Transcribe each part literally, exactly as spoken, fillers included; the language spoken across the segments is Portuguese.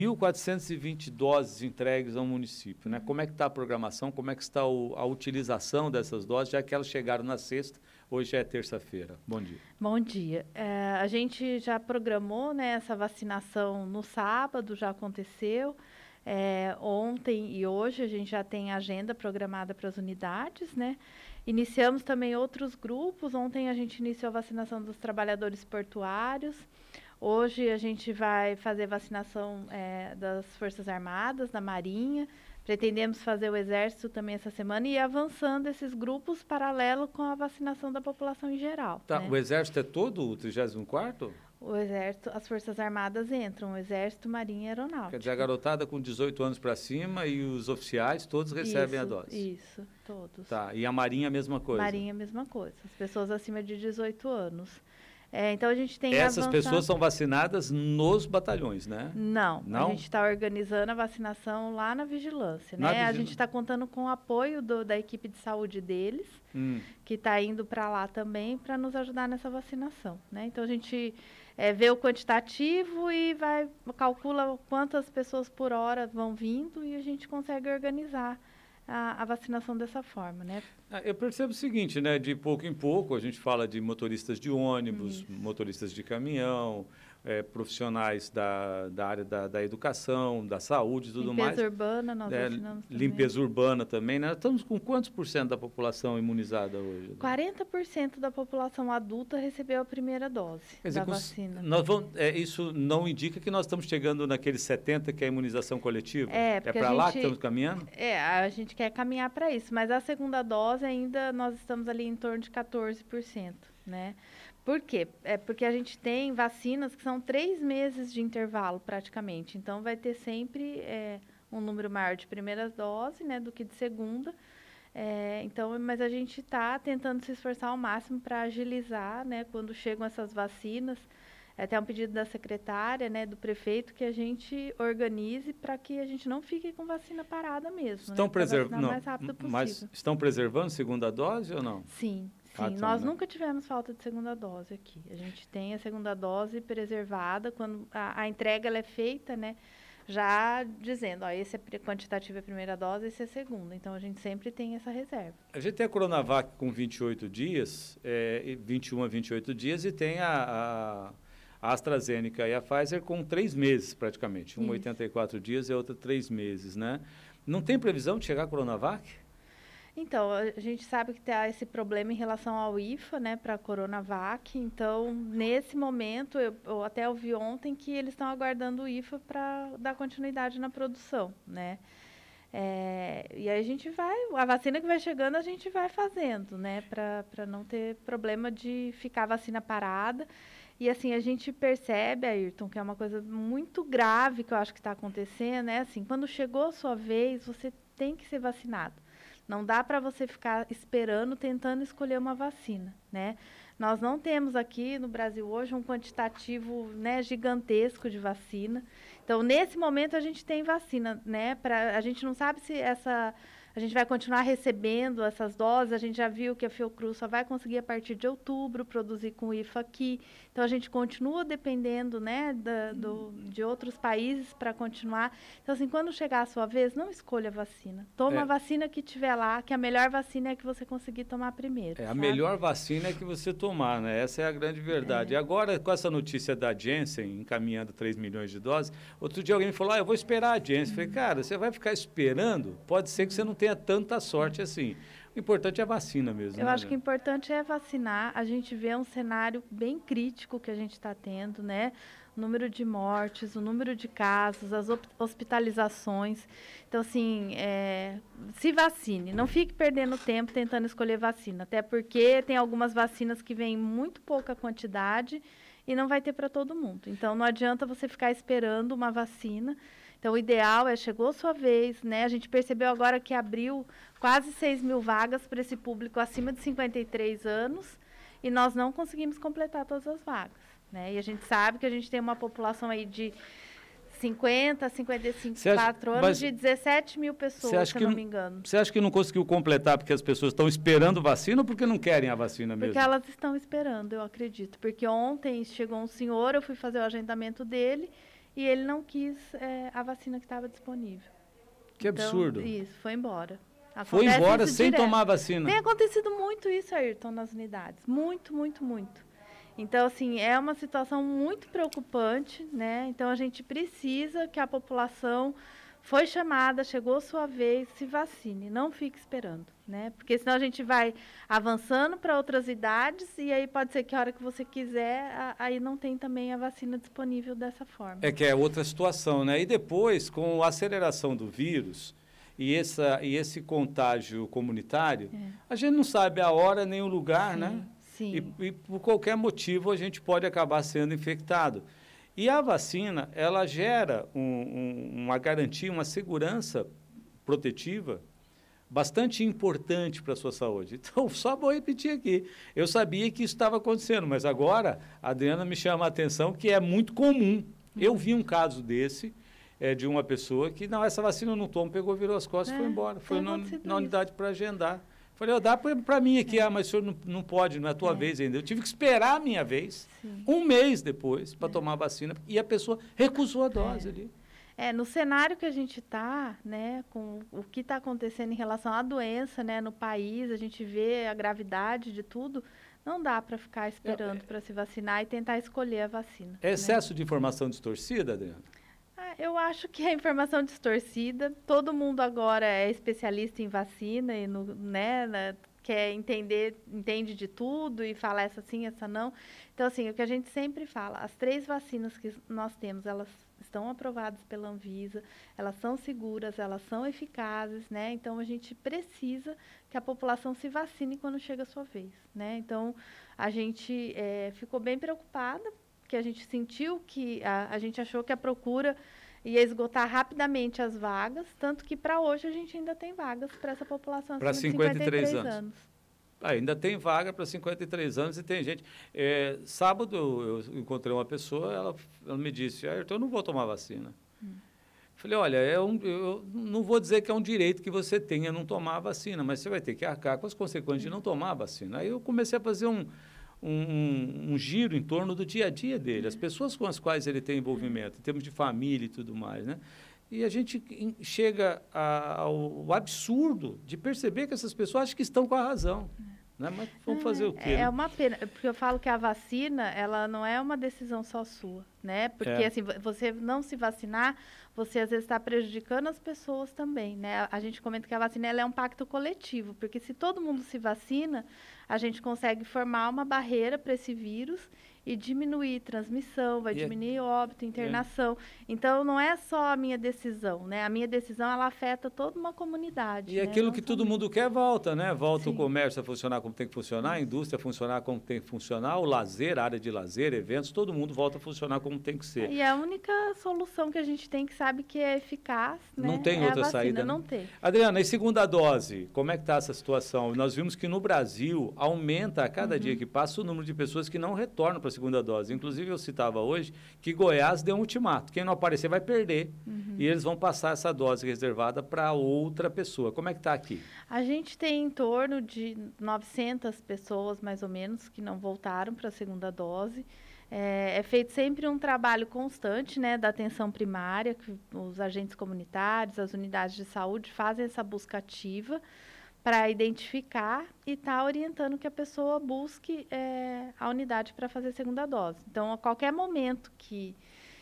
mil quatrocentas e vinte doses entregues ao município, né? Como é que está a programação, como é que está o, a utilização dessas doses, já que elas chegaram na sexta, hoje é terça-feira. Bom dia. Bom dia. É, a gente já programou, né, essa vacinação no sábado, já aconteceu. É, ontem e hoje a gente já tem agenda programada para as unidades, né? Iniciamos também outros grupos. Ontem a gente iniciou a vacinação dos trabalhadores portuários. Hoje a gente vai fazer vacinação é, das Forças Armadas, da Marinha. Pretendemos fazer o Exército também essa semana e ir avançando esses grupos paralelo com a vacinação da população em geral. Tá, né? O Exército é todo o trigésimo quarto? O Exército, as Forças Armadas entram, o Exército, Marinha e Aeronáutica. Quer dizer, a garotada com dezoito anos para cima e os oficiais todos recebem isso, a dose? Isso, todos. Tá, e a Marinha a mesma coisa? Marinha a mesma coisa, as pessoas acima de dezoito anos. É, então a gente tem Essas avançado... pessoas são vacinadas nos batalhões, né? Não, Não? a gente está organizando a vacinação lá na vigilância, Na né? vigil... A gente está contando com o apoio do, da equipe de saúde deles, hum. que está indo para lá também para nos ajudar nessa vacinação, né? Então a gente é, vê o quantitativo e vai calcula quantas pessoas por hora vão vindo e a gente consegue organizar A, a vacinação dessa forma, né? Eu percebo o seguinte, né? De pouco em pouco, a gente fala de motoristas de ônibus, Isso. motoristas de caminhão, é, profissionais da, da área da, da educação, da saúde e tudo limpeza mais. Limpeza urbana, nós é, vacinamos também. Limpeza urbana também, né? Estamos com quantos por cento da população imunizada hoje? quarenta por cento da população adulta recebeu a primeira dose Quer dizer, da vacina. Nós vamos, é, isso não indica que nós estamos chegando naqueles setenta por cento que é a imunização coletiva? É, é para gente, lá que estamos caminhando? É, a gente quer caminhar para isso, mas a segunda dose ainda nós estamos ali em torno de quatorze por cento, né? Por quê? É porque a gente tem vacinas que são três meses de intervalo praticamente, então vai ter sempre é, um número maior de primeira dose, né, do que de segunda. É, então, mas a gente está tentando se esforçar ao máximo para agilizar, né, quando chegam essas vacinas. É até um pedido da secretária, né, do prefeito, que a gente organize para que a gente não fique com vacina parada mesmo. Estão né, preservando, mais rápido possível. Mas estão preservando segunda dose ou não? Sim. Sim, Ah, então, nós né? nunca tivemos falta de segunda dose aqui. A gente tem a segunda dose preservada, quando a, a entrega ela é feita, né, já dizendo, ó, esse é quantitativo é a primeira dose, esse é a segunda. Então, a gente sempre tem essa reserva. A gente tem a Coronavac com vinte e oito dias, é, vinte e um a vinte e oito dias, e tem a, a, a AstraZeneca e a Pfizer com três meses, praticamente. Uma oitenta e quatro dias e a outra três meses, né? Não tem previsão de chegar a Coronavac? Então, a gente sabe que tem esse problema em relação ao I F A, né, para a Coronavac. Então, nesse momento, eu, eu até ouvi ontem que eles estão aguardando o I F A para dar continuidade na produção, né? É, e aí a gente vai, a vacina que vai chegando, a gente vai fazendo, né, para não ter problema de ficar a vacina parada. E assim, a gente percebe, Ayrton, que é uma coisa muito grave que eu acho que está acontecendo, né? Assim, quando chegou a sua vez, você tem que ser vacinado. Não dá para você ficar esperando, tentando escolher uma vacina, né? Nós não temos aqui no Brasil hoje um quantitativo, né, gigantesco de vacina. Então, nesse momento, a gente tem vacina, né? Pra, a gente não sabe se essa... A gente vai continuar recebendo essas doses, a gente já viu que a Fiocruz só vai conseguir a partir de outubro produzir com o I F A aqui. Então, a gente continua dependendo, né, da, do, de outros países para continuar. Então, assim, quando chegar a sua vez, não escolha a vacina. Toma é. a vacina que tiver lá, que a melhor vacina é que você conseguir tomar primeiro. É, a sabe? melhor vacina é que você tomar, né? Essa é a grande verdade. É. E agora, com essa notícia da Janssen encaminhando três milhões de doses, outro dia alguém me falou, ah, eu vou esperar a Janssen. Eu falei, cara, você vai ficar esperando? Pode ser que você não tenha tanta sorte assim. O importante é a vacina mesmo. Eu né, acho que o importante é vacinar. A gente vê um cenário bem crítico que a gente está tendo, né? O número de mortes, o número de casos, as hospitalizações. Então, assim, é, se vacine. Não fique perdendo tempo tentando escolher vacina. Até porque tem algumas vacinas que vêm em muito pouca quantidade e não vai ter para todo mundo. Então, não adianta você ficar esperando uma vacina. Então, o ideal é, chegou a sua vez, né? A gente percebeu agora que abriu quase seis mil vagas para esse público acima de cinquenta e três anos e nós não conseguimos completar todas as vagas, né? E a gente sabe que a gente tem uma população aí de cinquenta, cinquenta e cinco, quatro anos, de dezessete mil pessoas, se eu não me engano. Você acha que não conseguiu completar porque as pessoas estão esperando vacina ou porque não querem a vacina mesmo? Porque elas estão esperando, eu acredito. Porque ontem chegou um senhor, eu fui fazer o agendamento dele, e ele não quis é, a vacina que estava disponível. Que Então, absurdo. Isso, foi embora. Foi Acontece embora isso sem direto. tomar vacina. Tem acontecido muito isso, Ayrton, nas unidades. Muito, muito, muito. Então, assim, é uma situação muito preocupante, né? Então, a gente precisa que a população foi chamada, chegou a sua vez, se vacine. Não fique esperando, né? Porque senão a gente vai avançando para outras idades e aí pode ser que a hora que você quiser, a, aí não tem também a vacina disponível dessa forma. É que é outra situação, né? E depois, com a aceleração do vírus e, essa, e esse contágio comunitário, é. a gente não sabe a hora nem o lugar, Sim. né? Sim. E, e por qualquer motivo a gente pode acabar sendo infectado. E a vacina, ela gera um, um, uma garantia, uma segurança protetiva bastante importante para a sua saúde. Então, só vou repetir aqui. Eu sabia que isso estava acontecendo, mas agora a Adriana me chama a atenção que é muito comum. Eu vi um caso desse, é, de uma pessoa que, não, essa vacina eu não tomo, pegou, virou as costas e é, foi embora. Foi na, na unidade para agendar. Falei, oh, dá para mim aqui, é. ah, mas o senhor não, não pode, não é a tua é. vez ainda. Eu tive que esperar a minha vez, Sim. um mês depois, para é. tomar a vacina, e a pessoa recusou a dose é. ali. É, no cenário que a gente está, né, com o que está acontecendo em relação à doença, né, no país, a gente vê a gravidade de tudo, não dá para ficar esperando é, para se vacinar e tentar escolher a vacina. É excesso né? de informação distorcida, Adriana? Eu acho que a informação distorcida, todo mundo agora é especialista em vacina e no, né, na, quer entender, entende de tudo e fala essa sim, essa não. Então, assim, o que a gente sempre fala, as três vacinas que nós temos, elas estão aprovadas pela Anvisa, elas são seguras, elas são eficazes, né? Então, a gente precisa que a população se vacine quando chega a sua vez, né? Então, a gente é, ficou bem preocupada, que a gente sentiu que, a, a gente achou que a procura ia esgotar rapidamente as vagas, tanto que para hoje a gente ainda tem vagas para essa população acima de cinquenta e três anos. anos. Ah, ainda tem vaga para cinquenta e três anos e tem gente. É, sábado eu encontrei uma pessoa, ela, ela me disse, Ayrton, eu não vou tomar vacina. Hum. Falei, olha, é um, eu não vou dizer que é um direito que você tenha não tomar a vacina, mas você vai ter que arcar com as consequências hum. de não tomar a vacina. Aí eu comecei a fazer um... Um, um, um giro em torno do dia a dia dele, as pessoas com as quais ele tem envolvimento, em termos de família e tudo mais, né? E a gente chega a, ao absurdo de perceber que essas pessoas acham que estão com a razão. Né? Mas vamos fazer o quê? É né? uma pena, porque eu falo que a vacina, ela não é uma decisão só sua, né? Porque, é. assim, você não se vacinar, você às vezes está prejudicando as pessoas também, né? A gente comenta que a vacina ela é um pacto coletivo, porque se todo mundo se vacina, a gente consegue formar uma barreira para esse vírus e diminuir transmissão, vai e diminuir é, óbito, internação. É. Então, não é só a minha decisão, né? A minha decisão, ela afeta toda uma comunidade. E né? aquilo não que todo mundo quer, volta, né? Volta Sim. o comércio a funcionar como tem que funcionar, a indústria a funcionar como tem que funcionar, o lazer, a área de lazer, eventos, todo mundo volta a funcionar como tem que ser. E a única solução que a gente tem que sabe que é eficaz, né? Não tem é outra a vacina, saída, não né? tem. Adriana, e segunda dose, como é que está essa situação? Nós vimos que no Brasil aumenta a cada uhum. dia que passa o número de pessoas que não retornam para a segunda dose. Inclusive, eu citava hoje que Goiás deu um ultimato. Quem não aparecer vai perder. Uhum. E eles vão passar essa dose reservada para outra pessoa. Como é que está aqui? A gente tem em torno de novecentas pessoas, mais ou menos, que não voltaram para a segunda dose. É, é feito sempre um trabalho constante, né, da atenção primária, que os agentes comunitários, as unidades de saúde fazem essa busca ativa para identificar e estar tá orientando que a pessoa busque é, a unidade para fazer a segunda dose. Então, a qualquer momento que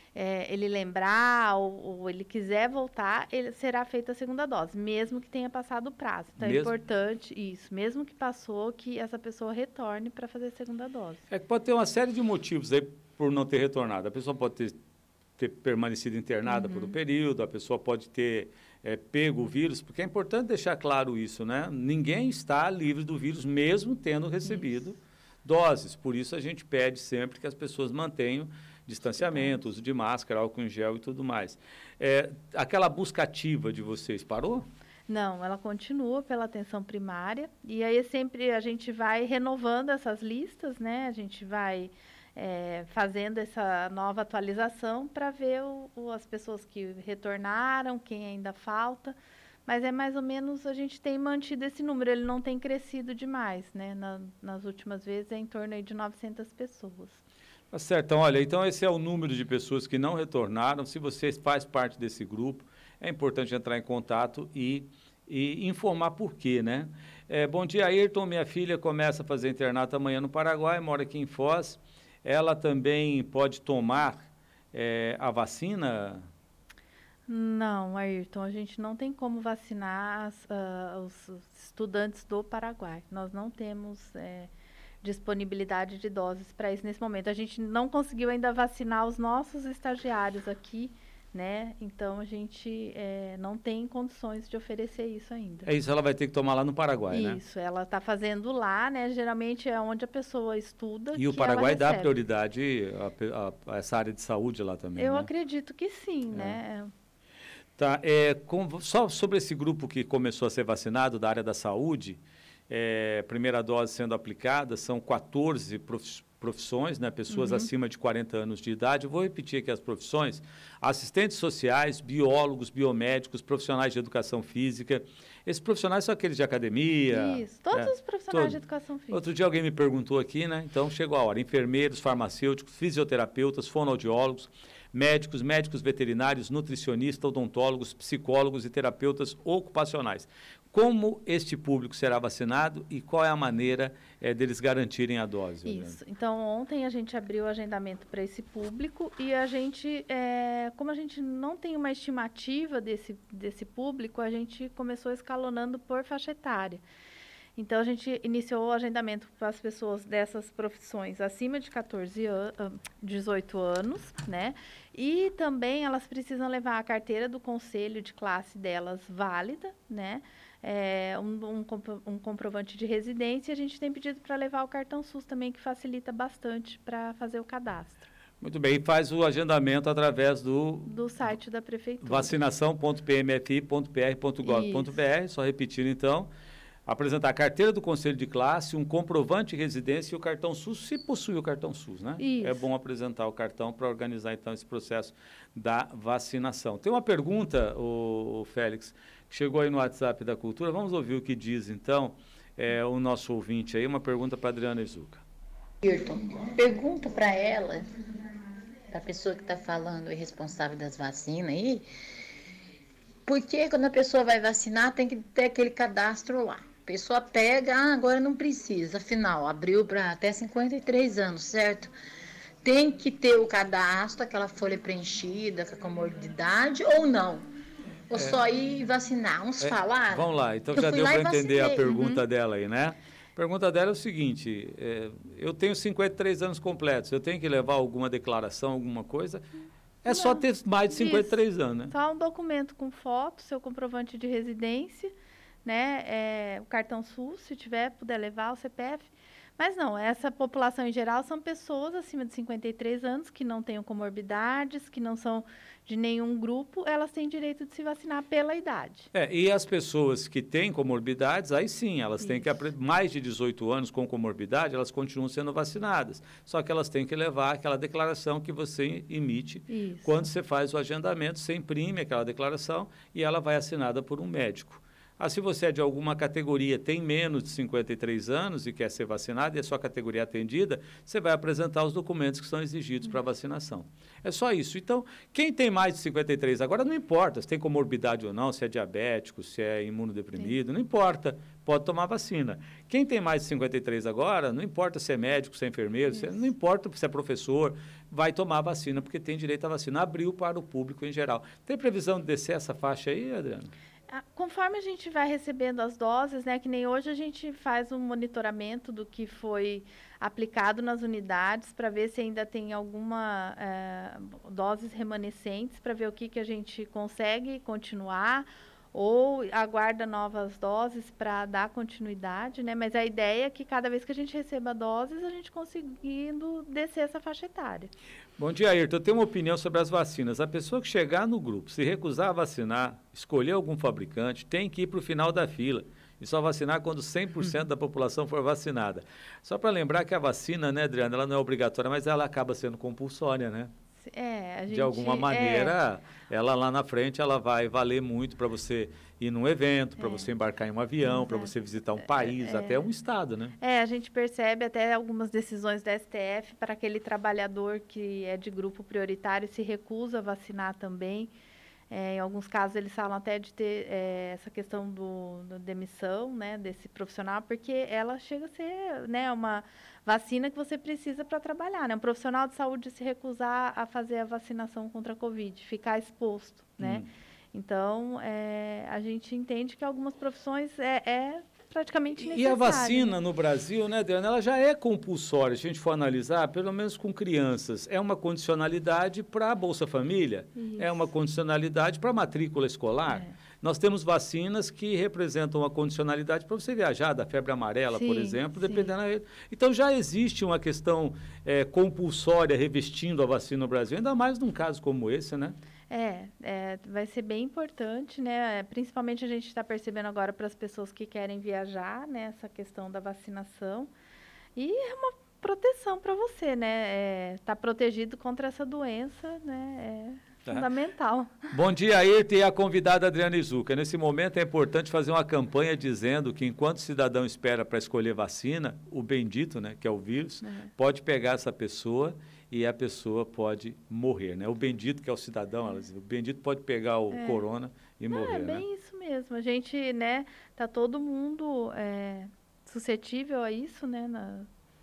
é, ele lembrar ou, ou ele quiser voltar, ele será feita a segunda dose, mesmo que tenha passado o prazo. Então, mesmo? É importante isso, mesmo que passou, que essa pessoa retorne para fazer a segunda dose. É que pode ter uma série de motivos aí por não ter retornado. A pessoa pode ter, ter permanecido internada uhum. por um período, a pessoa pode ter É, pego o vírus, porque é importante deixar claro isso, né? Ninguém está livre do vírus, mesmo tendo recebido isso. doses. Por isso, a gente pede sempre que as pessoas mantenham distanciamento, uso de máscara, álcool em gel e tudo mais. É, aquela busca ativa de vocês parou? Não, ela continua pela atenção primária. E aí, sempre a gente vai renovando essas listas, né? A gente vai... É, fazendo essa nova atualização para ver o, o, as pessoas que retornaram, quem ainda falta, mas é mais ou menos, a gente tem mantido esse número, ele não tem crescido demais, né? Na, nas últimas vezes é em torno aí de novecentas pessoas. Tá certo, então, olha, então esse é o número de pessoas que não retornaram. Se você faz parte desse grupo, é importante entrar em contato e, e informar por quê, né? É, bom dia, Ayrton, minha filha começa a fazer internato amanhã no Paraguai, mora aqui em Foz. Ela também pode tomar é, a vacina? Não, Ayrton, a gente não tem como vacinar as, uh, os estudantes do Paraguai. Nós não temos é, disponibilidade de doses para isso nesse momento. A gente não conseguiu ainda vacinar os nossos estagiários aqui, né? Então a gente é, não tem condições de oferecer isso ainda. É isso, ela vai ter que tomar lá no Paraguai, né? Isso, ela está fazendo lá, né? Geralmente é onde a pessoa estuda. E o Paraguai dá prioridade a, a, a essa área de saúde lá também, Eu né? acredito que sim, é. né? Tá, é, com, só sobre esse grupo que começou a ser vacinado da área da saúde, é, primeira dose sendo aplicada, são quatorze profissões, né, pessoas uhum. acima de quarenta anos de idade. Eu vou repetir aqui as profissões: assistentes sociais, biólogos, biomédicos, profissionais de educação física. Esses profissionais são aqueles de academia. Isso, todos é, os profissionais todo. de educação física. Outro dia alguém me perguntou aqui, né? Então chegou a hora. Enfermeiros, farmacêuticos, fisioterapeutas, fonoaudiólogos, médicos, médicos veterinários, nutricionistas, odontólogos, psicólogos e terapeutas ocupacionais. Como este público será vacinado e qual é a maneira é, deles garantirem a dose? Isso. Então, ontem a gente abriu o agendamento para esse público e a gente, é, como a gente não tem uma estimativa desse, desse público, a gente começou escalonando por faixa etária. Então, a gente iniciou o agendamento para as pessoas dessas profissões acima de quatorze anos, dezoito anos, né? E também elas precisam levar a carteira do conselho de classe delas válida, né? É, um, um, um comprovante de residência. E a gente tem pedido para levar o cartão SUS também, que facilita bastante para fazer o cadastro. Muito bem, e faz o agendamento através do... Do site da Prefeitura. vacinação ponto p m f i ponto p r ponto gov ponto b r, só repetindo então. Apresentar a carteira do Conselho de Classe, um comprovante de residência e o cartão SUS, se possui o cartão SUS, né? Isso. É bom apresentar o cartão para organizar, então, esse processo da vacinação. Tem uma pergunta, o Félix, que chegou aí no WhatsApp da Cultura. Vamos ouvir o que diz, então, é, o nosso ouvinte aí. Uma pergunta para a Adriana Izuka. Ayrton, pergunta para ela, para a pessoa que está falando, e responsável das vacinas aí, por que quando a pessoa vai vacinar tem que ter aquele cadastro lá? A pessoa pega, ah, agora não precisa, afinal, abriu para até cinquenta e três anos, certo? Tem que ter o cadastro, aquela folha preenchida com a comorbidade ou não? Ou é. só ir vacinar? Uns é. falaram. Vamos lá, então já deu para entender a pergunta uhum. dela aí, né? A pergunta dela é o seguinte, é, eu tenho cinquenta e três anos completos, eu tenho que levar alguma declaração, alguma coisa? É não. só ter mais de cinquenta e três Isso. anos, né? Só um documento com foto, seu comprovante de residência, né? É, o cartão SUS, se tiver, puder levar, o C P F. Mas não, essa população em geral são pessoas acima de cinquenta e três anos, que não tenham comorbidades, que não são de nenhum grupo, elas têm direito de se vacinar pela idade. É, e as pessoas que têm comorbidades, aí sim, elas Isso. têm que, mais de dezoito anos com comorbidade, elas continuam sendo vacinadas. Só que elas têm que levar aquela declaração que você emite Isso. quando você faz o agendamento, você imprime aquela declaração e ela vai assinada por um médico. Ah, se você é de alguma categoria, tem menos de cinquenta e três anos e quer ser vacinado e a sua categoria é atendida, você vai apresentar os documentos que são exigidos para a vacinação. É só isso. Então, quem tem mais de cinquenta e três, agora não importa se tem comorbidade ou não, se é diabético, se é imunodeprimido, Sim. não importa, pode tomar vacina. Quem tem mais de cinquenta e três agora, não importa se é médico, se é enfermeiro, se é, não importa se é professor, vai tomar a vacina, porque tem direito à vacina. Abriu para o público em geral. Tem previsão de descer essa faixa aí, Adriana? Conforme a gente vai recebendo as doses, né, que nem hoje a gente faz um monitoramento do que foi aplicado nas unidades para ver se ainda tem alguma é, doses remanescentes, para ver o que, que a gente consegue continuar ou aguarda novas doses para dar continuidade, né? Mas a ideia é que cada vez que a gente receba doses, a gente conseguindo descer essa faixa etária. Bom dia, Ayrton. Eu tenho uma opinião sobre as vacinas. A pessoa que chegar no grupo, se recusar a vacinar, escolher algum fabricante, tem que ir para o final da fila e só vacinar quando cem por cento da população for vacinada. Só para lembrar que a vacina, né, Adriana, ela não é obrigatória, mas ela acaba sendo compulsória, né? É, a gente, de alguma maneira... É... ela lá na frente ela vai valer muito para você ir num evento, para É. você embarcar em um avião, para Exato. você visitar um país, É. até um estado, né? É, a gente percebe até algumas decisões da S T F para aquele trabalhador que é de grupo prioritário se recusa a vacinar também. É, em alguns casos eles falam até de ter é, essa questão do, do demissão, né, desse profissional, porque ela chega a ser, né, uma vacina que você precisa para trabalhar, né? Um profissional de saúde se recusar a fazer a vacinação contra a Covid, ficar exposto, né? Hum. Então, é, a gente entende que algumas profissões é, é praticamente necessário. E a vacina né? no Brasil, né, Adriana, ela já é compulsória, se a gente for analisar, pelo menos com crianças. É uma condicionalidade para a Bolsa Família, Isso. é uma condicionalidade para a matrícula escolar. É. Nós temos vacinas que representam uma condicionalidade para você viajar, da febre amarela, por Sim, exemplo, sim. dependendo. Então já existe uma questão é, compulsória revestindo a vacina no Brasil, ainda mais num caso como esse, né? É, é, vai ser bem importante, né? Principalmente a gente está percebendo agora para as pessoas que querem viajar, né? Essa questão da vacinação. E é uma proteção para você, né? Está protegido contra essa doença, né? É Tá. fundamental. Bom dia, Ayrton e a convidada Adriana Izuca. Nesse momento é importante fazer uma campanha dizendo que enquanto o cidadão espera para escolher vacina, o bendito, né, que é o vírus, Uhum. pode pegar essa pessoa e a pessoa pode morrer, né? O bendito, que é o cidadão, ela diz, o bendito pode pegar o É. corona e Não, morrer, é bem né? isso mesmo. A gente, né? Tá todo mundo é, suscetível a isso, né? Na...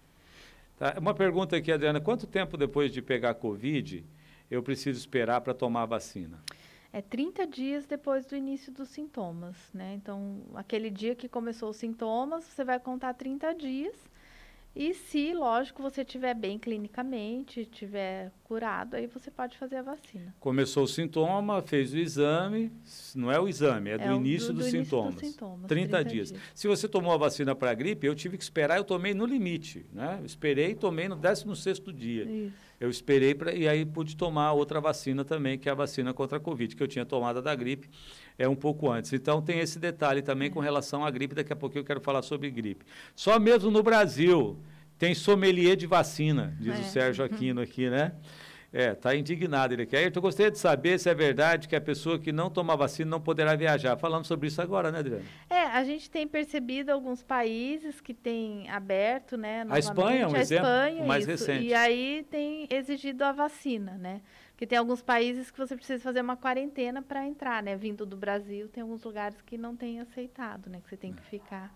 Tá? Uma pergunta aqui, Adriana, quanto tempo depois de pegar a Covid eu preciso esperar para tomar a vacina? É trinta dias depois do início dos sintomas, né? Então, aquele dia que começou os sintomas, você vai contar trinta dias. E se, lógico, você estiver bem clinicamente, estiver curado, aí você pode fazer a vacina. Começou o sintoma, fez o exame, não é o exame, é do É o início, do- dos, do início sintomas. dos sintomas, trinta, trinta dias. dias. Se você tomou a vacina para a gripe, eu tive que esperar, eu tomei no limite, né? Eu esperei e tomei no décimo sexto dia. Isso. Eu esperei pra, e aí pude tomar outra vacina também, que é a vacina contra a Covid, que eu tinha tomado a da gripe é um pouco antes. Então tem esse detalhe também com relação à gripe, daqui a pouco eu quero falar sobre gripe. Só mesmo no Brasil tem sommelier de vacina, diz É. o Sérgio Aquino aqui, né? É, tá indignado ele aqui. Ayrton, eu gostaria de saber se é verdade que a pessoa que não toma vacina não poderá viajar. Falamos sobre isso agora, né, Adriana? É, a gente tem percebido alguns países que têm aberto, né? A Espanha é um novamente, a exemplo, Espanha, o mais isso. recente. E aí tem exigido a vacina, né? Porque tem alguns países que você precisa fazer uma quarentena para entrar, né? Vindo do Brasil, tem alguns lugares que não têm aceitado, né? Que você tem que ficar.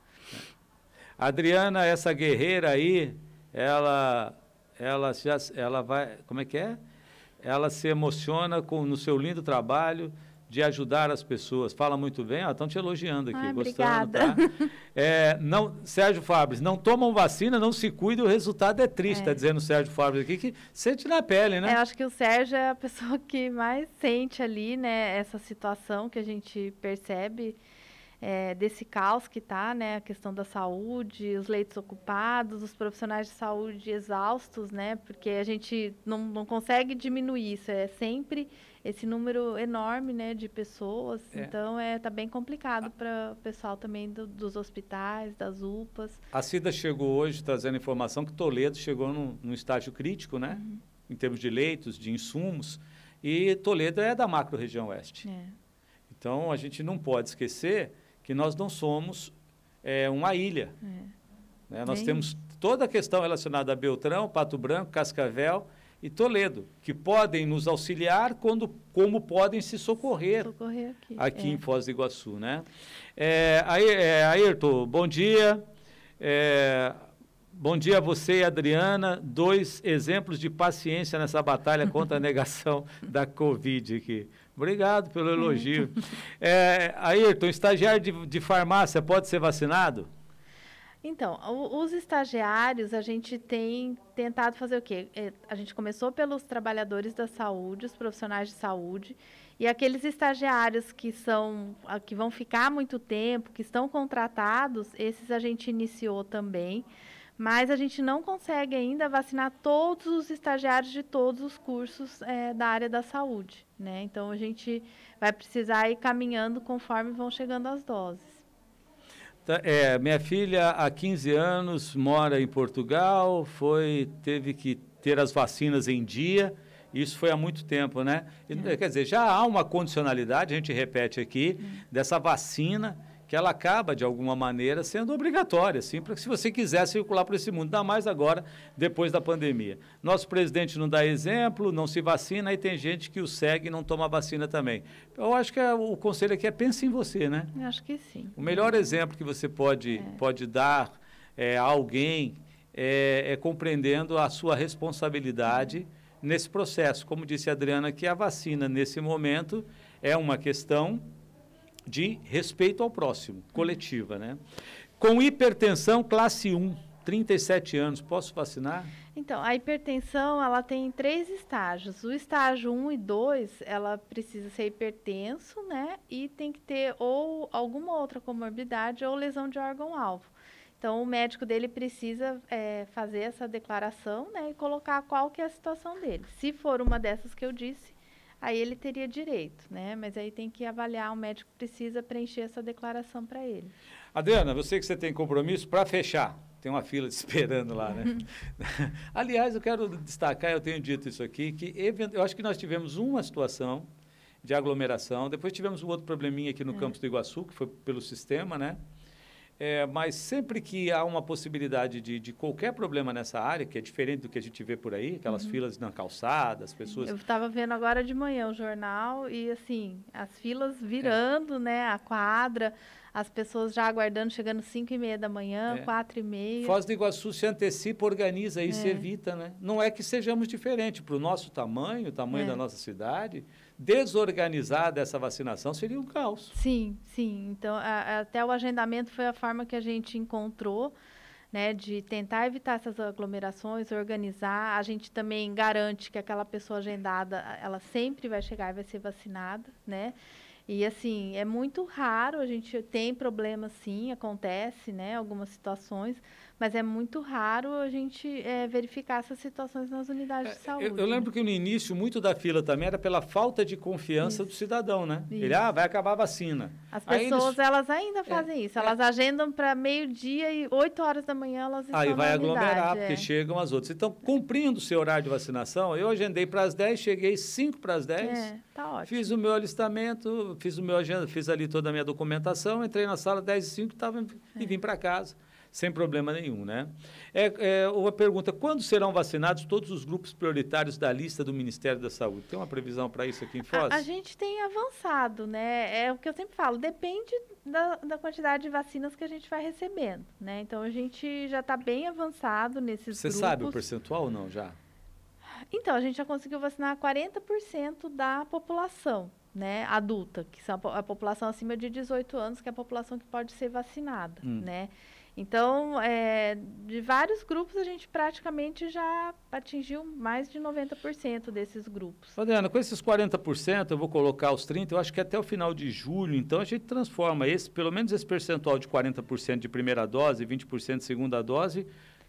A Adriana, essa guerreira aí, ela, ela, já, ela vai, como é que é? Ela se emociona com, no seu lindo trabalho de ajudar as pessoas. Fala muito bem, estão te elogiando aqui, Ai, gostando, obrigada. tá? É, não, Sérgio Fabres, não tomam vacina, não se cuidam, o resultado é triste, está É. dizendo o Sérgio Fabres aqui, que sente na pele, né? É, eu acho que o Sérgio é a pessoa que mais sente ali, né? Essa situação que a gente percebe. É, desse caos que está, né, a questão da saúde, os leitos ocupados, os profissionais de saúde exaustos, né, porque a gente não, não consegue diminuir isso, é sempre esse número enorme, né, de pessoas, É. então é, tá bem complicado para o pessoal também do, dos hospitais, das U P As. A Cida chegou hoje trazendo informação que Toledo chegou num, num estágio crítico, né, Uhum. em termos de leitos, de insumos, e Toledo é da macro-região oeste. É. Então, a gente não pode esquecer que nós não somos é, uma ilha. É. Né? Nós Bem temos toda a questão relacionada a Beltrão, Pato Branco, Cascavel e Toledo, que podem nos auxiliar quando, como podem se socorrer Socorrer aqui. aqui é. em Foz do Iguaçu. Né? É, Ay- é, Ayrton, bom dia. É, bom dia a você e a Adriana, dois exemplos de paciência nessa batalha contra a negação da Covid aqui. Obrigado pelo elogio. É, Ayrton, estagiário de, de farmácia pode ser vacinado? Então, o- os estagiários, a gente tem tentado fazer o quê? É, a gente começou pelos trabalhadores da saúde, os profissionais de saúde, e aqueles estagiários que são, a- que vão ficar muito tempo, que estão contratados, esses a gente iniciou também, mas a gente não consegue ainda vacinar todos os estagiários de todos os cursos é, da área da saúde, né? Então, a gente vai precisar ir caminhando conforme vão chegando as doses. Tá, é, minha filha, há quinze anos, mora em Portugal, foi, teve que ter as vacinas em dia Isso foi há muito tempo, né? E, é. Quer dizer, já há uma condicionalidade, a gente repete aqui, é. dessa vacina, que ela acaba, de alguma maneira, sendo obrigatória, assim, para que se você quiser circular por esse mundo, ainda mais agora, depois da pandemia. Nosso presidente não dá exemplo, não se vacina, e tem gente que o segue e não toma vacina também. Eu acho que é, o conselho aqui é pense em você, né? Eu acho que sim. O melhor exemplo que você pode, é. pode dar é, a alguém é, é compreendendo a sua responsabilidade é. nesse processo. Como disse a Adriana, que a vacina, nesse momento, é uma questão de respeito ao próximo, coletiva, né? Com hipertensão classe um, trinta e sete anos, posso vacinar? Então, a hipertensão, ela tem três estágios. O estágio um e dois, ela precisa ser hipertenso, né? E tem que ter ou alguma outra comorbidade ou lesão de órgão-alvo. Então, o médico dele precisa é, fazer essa declaração, né? E colocar qual que é a situação dele. Se for uma dessas que eu disse, aí ele teria direito, né? Mas aí tem que avaliar, o médico precisa preencher essa declaração para ele. Adriana, eu sei que você tem compromisso para fechar. Tem uma fila esperando lá, né? Aliás, eu quero destacar, eu tenho dito isso aqui, que eu acho que nós tivemos uma situação de aglomeração, depois tivemos um outro probleminha aqui no é. Campus do Iguaçu, que foi pelo sistema, né? É, mas sempre que há uma possibilidade de, de qualquer problema nessa área, que é diferente do que a gente vê por aí, aquelas uhum. filas na calçada, as pessoas... Eu estava vendo agora de manhã o jornal e, assim, as filas virando, é. né, a quadra, as pessoas já aguardando, chegando cinco e meia da manhã, é. quatro e meia. Foz do Iguaçu se antecipa, organiza isso, é. evita, né? Não é que sejamos diferentes, para o nosso tamanho, o tamanho é. da nossa cidade, desorganizada essa vacinação seria um caos. Sim, sim. Então, a, até o agendamento foi a forma que a gente encontrou, né, de tentar evitar essas aglomerações, organizar. A gente também garante que aquela pessoa agendada, ela sempre vai chegar e vai ser vacinada, né? E, assim, é muito raro, a gente tem problemas, sim, acontece, né, algumas situações, mas é muito raro a gente é, verificar essas situações nas unidades é, de saúde. Eu, eu lembro que no início, muito da fila também era pela falta de confiança isso. do cidadão, né? Isso. Ele, ah, vai acabar a vacina. As pessoas, eles, elas ainda fazem é, isso, elas é, agendam para meio-dia e oito horas da manhã elas estão aí vai na aglomerar, unidade, porque é. chegam as outras. Então, cumprindo o seu horário de vacinação, eu agendei para as dez, cheguei cinco para as dez, é, tá ótimo. Fiz o meu alistamento, fiz o meu agenda, fiz ali toda a minha documentação, entrei na sala dez e cinco tava, é. e vim para casa, sem problema nenhum, né? É, é, uma pergunta, quando serão vacinados todos os grupos prioritários da lista do Ministério da Saúde? Tem uma previsão para isso aqui em Foz? A, a gente tem avançado, né? É o que eu sempre falo, depende da, da quantidade de vacinas que a gente vai recebendo, né? Então, a gente já está bem avançado nesses Você grupos. Você sabe o percentual ou não, já? Então, a gente já conseguiu vacinar quarenta por cento da população, né, adulta, que são a, a população acima de dezoito anos, que é a população que pode ser vacinada, hum. né? Então, é, de vários grupos, a gente praticamente já atingiu mais de noventa por cento desses grupos. Adriana, com esses quarenta por cento, eu vou colocar os trinta por cento, eu acho que até o final de julho, então, a gente transforma esse, pelo menos esse percentual de quarenta por cento de primeira dose e vinte por cento de segunda dose,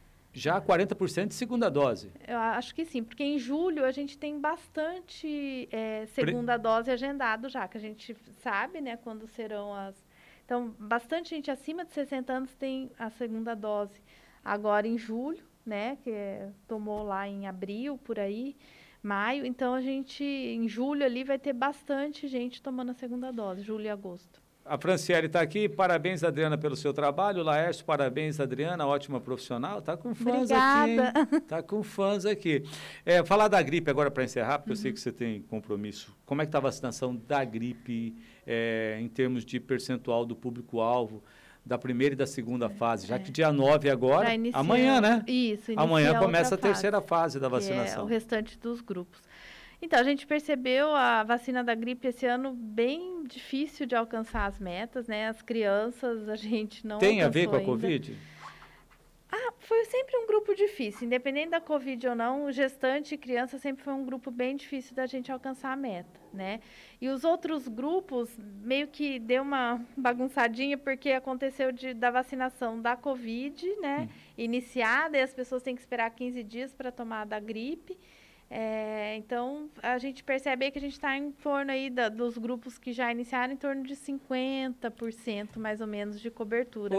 já quarenta por cento de segunda dose. Eu acho que sim, porque em julho a gente tem bastante é, segunda Pre... dose agendado já, que a gente sabe, né, quando serão as... Então, bastante gente acima de sessenta anos tem a segunda dose agora em julho, né, que é, tomou lá em abril, por aí, maio. Então, a gente, em julho ali, vai ter bastante gente tomando a segunda dose, julho e agosto. A Franciele está aqui, parabéns, Adriana, pelo seu trabalho. Laércio, parabéns, Adriana, ótima profissional. Está com fãs Obrigada. aqui. Está com fãs aqui. É, falar da gripe agora para encerrar, porque uhum. eu sei que você tem compromisso. Como é que está a vacinação da gripe é, em termos de percentual do público-alvo da primeira e da segunda fase? Já é. que dia nove agora, iniciar, amanhã, né? Isso, amanhã começa a terceira fase, fase da vacinação. É o restante dos grupos. Então, a gente percebeu a vacina da gripe esse ano bem difícil de alcançar as metas, né? As crianças, a gente não Tem a ver com a ainda. Covid? Ah, foi sempre um grupo difícil. Independente da Covid ou não, o gestante e criança sempre foi um grupo bem difícil da gente alcançar a meta, né? E os outros grupos meio que deu uma bagunçadinha porque aconteceu de, da vacinação da Covid, né? Hum. Iniciada, e as pessoas têm que esperar quinze dias para tomar a da gripe. É, então, a gente percebe que a gente está em torno aí da, dos grupos que já iniciaram, em torno de cinquenta por cento mais ou menos de cobertura. Ô,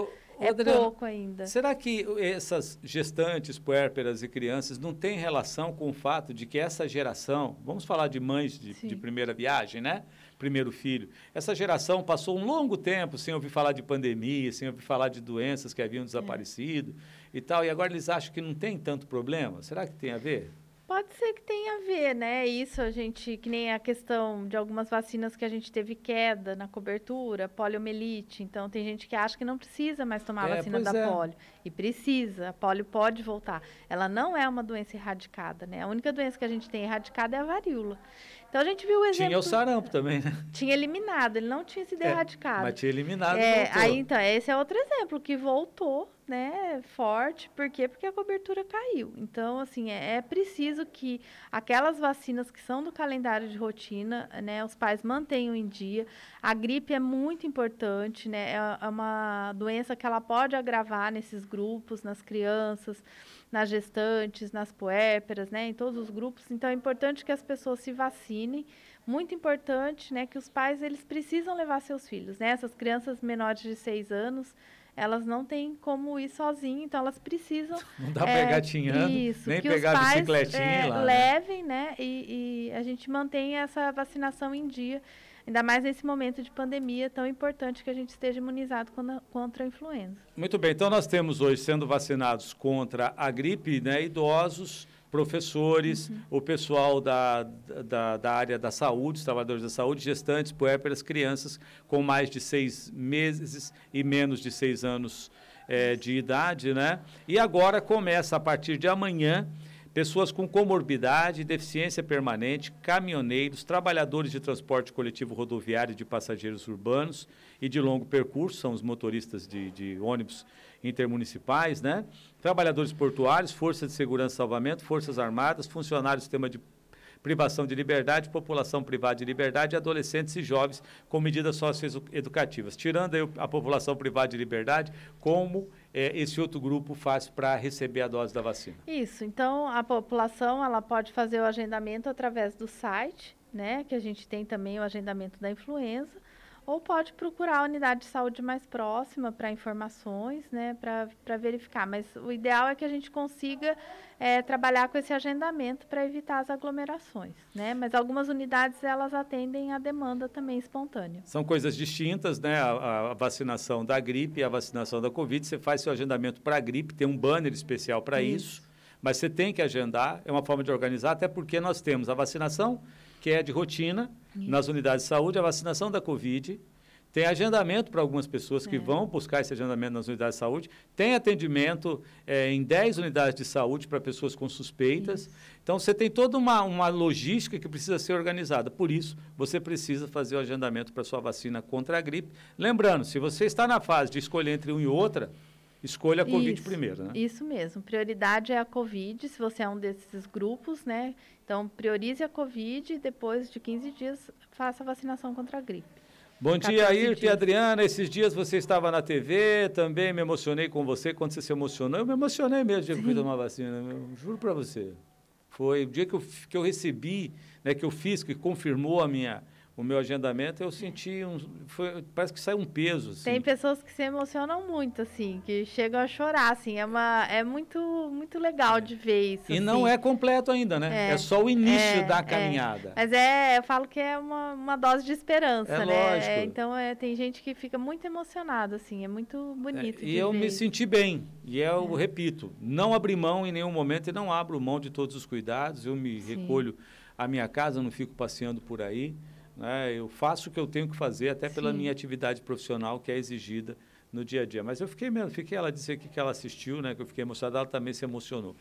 é Adriana, pouco ainda. Será que essas gestantes, puérperas e crianças não têm relação com o fato de que essa geração, vamos falar de mães de, de primeira viagem, né? Primeiro filho, essa geração passou um longo tempo sem ouvir falar de pandemia, sem ouvir falar de doenças que haviam desaparecido é. e tal, e agora eles acham que não tem tanto problema? Será que tem a ver? Pode ser que tenha a ver, né? Isso a gente, que nem a questão de algumas vacinas que a gente teve queda na cobertura, poliomielite. Então, tem gente que acha que não precisa mais tomar É, a vacina da é. polio. E precisa, a polio pode voltar. Ela não é uma doença erradicada, né? A única doença que a gente tem erradicada é a varíola. Então, a gente viu o exemplo... Tinha o sarampo também, né? Tinha eliminado, ele não tinha sido é, erradicado. Mas tinha eliminado é, e voltou. Aí, então, esse é outro exemplo, que voltou, né, forte. Por quê? Porque a cobertura caiu. Então, assim, é, é preciso que aquelas vacinas que são do calendário de rotina, né, os pais mantenham em dia. A gripe é muito importante, né? É, é uma doença que ela pode agravar nesses grupos, nas crianças, nas gestantes, nas puérperas, né, em todos os grupos. Então, é importante que as pessoas se vacinem. Muito importante, né, que os pais, eles precisam levar seus filhos, né? Essas crianças menores de seis anos, elas não têm como ir sozinhas, então elas precisam... Não dá para é, ir gatinhando, isso, nem que pegar os a pais, bicicletinha é, lá. levem, né, né? E, e a gente mantém essa vacinação em dia, ainda mais nesse momento de pandemia tão importante que a gente esteja imunizado contra, contra a influenza. Muito bem, então nós temos hoje sendo vacinados contra a gripe, né, idosos, professores, uhum. o pessoal da, da, da área da saúde, os trabalhadores da saúde, gestantes, puérperas, crianças com mais de seis meses e menos de seis anos é, de idade, né? E agora começa, a partir de amanhã, pessoas com comorbidade, deficiência permanente, caminhoneiros, trabalhadores de transporte coletivo rodoviário de passageiros urbanos e de longo percurso, são os motoristas de, de ônibus intermunicipais, né? Trabalhadores portuários, forças de segurança e salvamento, forças armadas, funcionários do sistema de privação de liberdade, população privada de liberdade, adolescentes e jovens com medidas socioeducativas. Tirando aí a população privada de liberdade, como é, esse outro grupo faz para receber a dose da vacina? Isso, então a população ela pode fazer o agendamento através do site, né, que a gente tem também o agendamento da influenza, ou pode procurar a unidade de saúde mais próxima para informações, né, para verificar. Mas o ideal é que a gente consiga é, trabalhar com esse agendamento para evitar as aglomerações, né? Mas algumas unidades, elas atendem a demanda também espontânea. São coisas distintas, né? A, a vacinação da gripe e a vacinação da Covid. Você faz seu agendamento para a gripe, tem um banner especial para isso. isso, mas você tem que agendar, é uma forma de organizar, até porque nós temos a vacinação, que é de rotina, Isso. nas unidades de saúde, a vacinação da Covid, tem agendamento para algumas pessoas que é. vão buscar esse agendamento nas unidades de saúde, tem atendimento é, em dez unidades de saúde para pessoas com suspeitas. Isso. Então, você tem toda uma, uma logística que precisa ser organizada. Por isso, você precisa fazer o agendamento para sua vacina contra a gripe. Lembrando, se você está na fase de escolher entre um e outra, escolha a Covid isso, primeiro, né? Isso mesmo. Prioridade é a Covid, se você é um desses grupos, né? Então, priorize a Covid e depois de quinze dias faça a vacinação contra a gripe. Bom dia, Ayrton e Adriana. Esses dias você estava na T V, também me emocionei com você. Quando você se emocionou, eu me emocionei mesmo o dia que eu fui tomar vacina. Eu juro para você. Foi o dia que eu, que eu recebi, né, que eu fiz, que confirmou a minha... o meu agendamento, eu senti um... Foi, parece que saiu um peso, assim. Tem pessoas que se emocionam muito, assim, que chegam a chorar, assim. É, uma, é muito, muito legal de ver isso. E assim. não é completo ainda, né? É, é só o início é, da caminhada. É. Mas é, eu falo que é uma, uma dose de esperança, é né? Lógico. É, então, é, tem gente que fica muito emocionada, assim. É muito bonito é, de E eu ver. me senti bem. E eu é. repito, não abri mão em nenhum momento e não abro mão de todos os cuidados. Eu me Sim. recolho à minha casa, não fico passeando por aí. Né? Eu faço o que eu tenho que fazer, até pela Sim. minha atividade profissional, que é exigida no dia a dia. Mas eu fiquei mesmo, fiquei, ela disse aqui que ela assistiu, né, que eu fiquei emocionada, ela também se emocionou.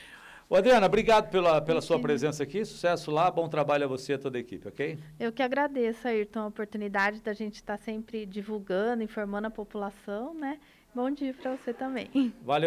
Ô, Adriana, obrigado pela, pela sua presença aqui, sucesso lá, bom trabalho a você e a toda a equipe, ok? Eu que agradeço, Ayrton, a oportunidade da gente estar sempre divulgando, informando a população, né? Bom dia para você também. Valeu.